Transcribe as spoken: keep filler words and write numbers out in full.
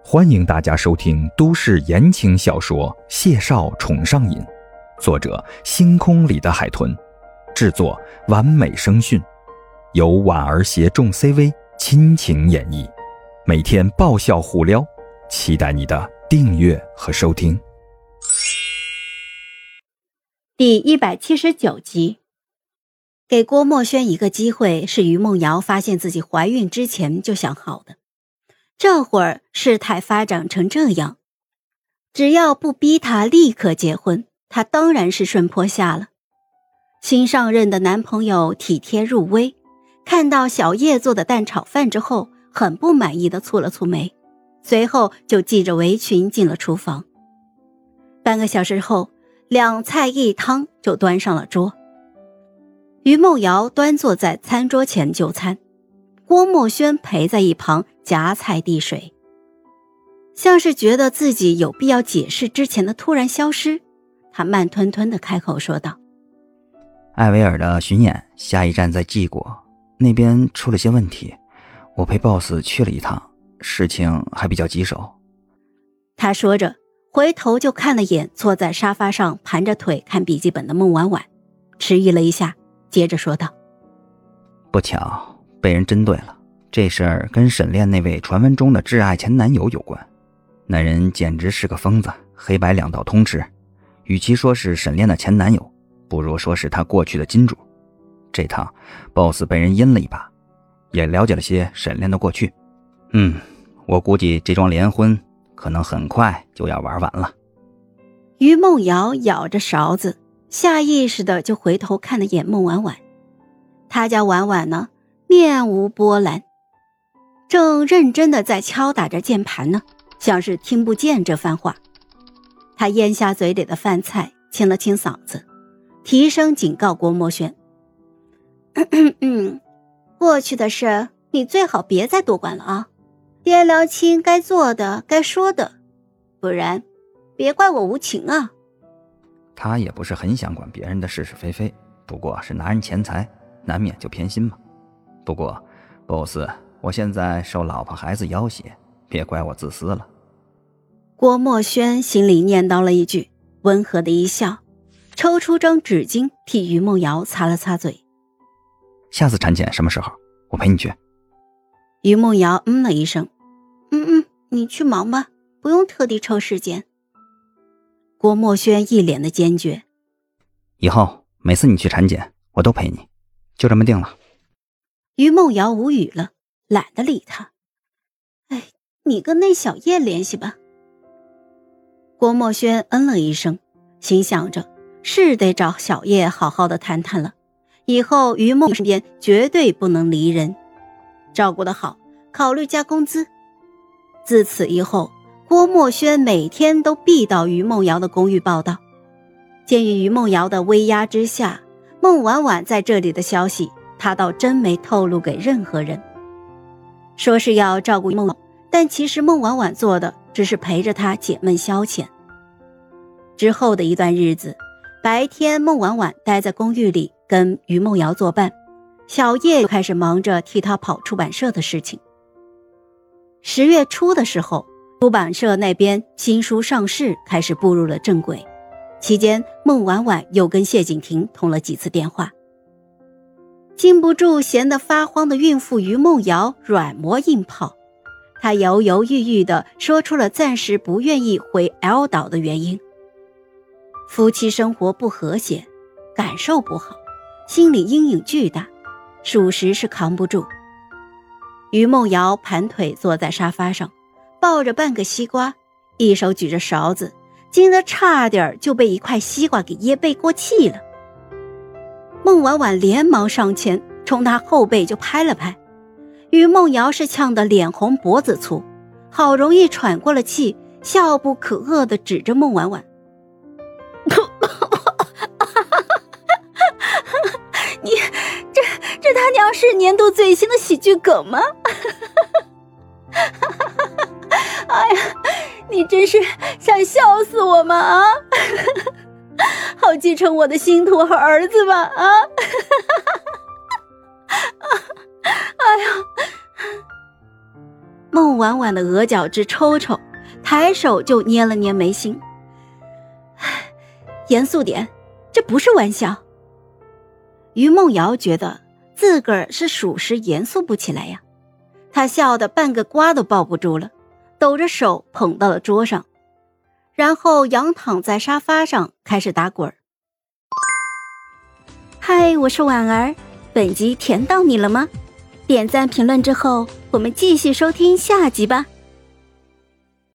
欢迎大家收听都市言情小说《谢少宠上瘾》，作者星空里的海豚，制作完美声讯，由婉儿携众 C V 亲情演绎，每天爆笑互撩，期待你的订阅和收听。 第一百七十九集。给郭墨轩一个机会，是于梦瑶发现自己怀孕之前就想好的。这会儿事态发展成这样，只要不逼她立刻结婚，她当然是顺坡下了。新上任的男朋友体贴入微，看到小叶做的蛋炒饭之后，很不满意地蹙了蹙眉，随后就系着围裙进了厨房。半个小时后，两菜一汤就端上了桌。于梦瑶端坐在餐桌前就餐，郭墨轩陪在一旁夹菜递水，像是觉得自己有必要解释之前的突然消失，他慢吞吞地开口说道： 艾薇儿的巡演下一站在纪国，那边出了些问题，我陪 boss 去了一趟，事情还比较棘手。 他说着回头就看了眼坐在沙发上盘着腿看笔记本的孟婉婉，迟疑了一下，接着说道： 不巧被人针对了，这事儿跟沈炼那位传闻中的挚爱前男友有关。那人简直是个疯子，黑白两道通吃，与其说是沈炼的前男友，不如说是他过去的金主。这趟 boss 被人阴了一把，也了解了些沈炼的过去。嗯，我估计这桩联婚可能很快就要玩完了。 于梦瑶咬着勺子，下意识的就回头看了眼孟婉婉。他家婉婉呢，面无波澜，正认真的在敲打着键盘呢，像是听不见这番话。他咽下嘴里的饭菜，清了清嗓子，提声警告郭墨轩：过去的事你最好别再多管了啊，掂量清该做的该说的，不然别怪我无情啊。 他也不是很想管别人的是是非非，不过是拿人钱财，难免就偏心嘛。不过 boss， 我现在受老婆孩子要挟，别怪我自私了。 郭墨轩心里念叨了一句，温和的一笑，抽出张纸巾替于梦瑶擦了擦嘴。 下次产检什么时候？我陪你去。 于梦瑶嗯了一声，嗯嗯，你去忙吧，不用特地抽时间。郭墨轩一脸的坚决， 以后每次你去产检我都陪你，就这么定了。 于梦瑶无语了，懒得理他。哎，你跟那小叶联系吧。郭墨轩嗯了一声，心想着是得找小叶好好的谈谈了，以后于梦身边绝对不能离人，照顾得好，考虑加工资。自此以后，郭墨轩每天都必到于梦瑶的公寓报道。鉴于于梦瑶的威压之下，孟婉婉在这里的消息他倒真没透露给任何人。说是要照顾孟，但其实孟婉婉做的只是陪着他解闷消遣。之后的一段日子，白天孟婉婉待在公寓里跟于梦瑶作伴，小叶又开始忙着替他跑出版社的事情。十月初的时候，出版社那边新书上市开始步入了正轨，期间孟婉婉又跟谢景亭通了几次电话。禁不住闲得发慌的孕妇于梦瑶软磨硬泡，她犹犹豫豫地说出了暂时不愿意回 L 岛的原因。夫妻生活不和谐，感受不好，心理阴影巨大，属实是扛不住。于梦瑶盘腿坐在沙发上，抱着半个西瓜，一手举着勺子，惊得差点就被一块西瓜给噎背过气了。孟婉婉连忙上前冲他后背就拍了拍，于梦瑶是呛得脸红脖子粗，好容易喘过了气，笑不可遏地指着孟婉婉：你这这他娘是年度最新的喜剧梗吗？哎呀，你真是想笑死我吗？啊，好继承我的新徒和儿子吧？啊，哎呀！孟看婉婉的额角质抽抽，抬手就捏了捏眉心。唉，严肃点，这不是玩笑。于梦瑶觉得自个儿是属实严肃不起来呀，她笑得半个瓜都抱不住了，抖着手捧到了桌上，然后仰躺在沙发上开始打滚。嗨，我是婉儿，本集甜到你了吗？点赞评论之后，我们继续收听下集吧。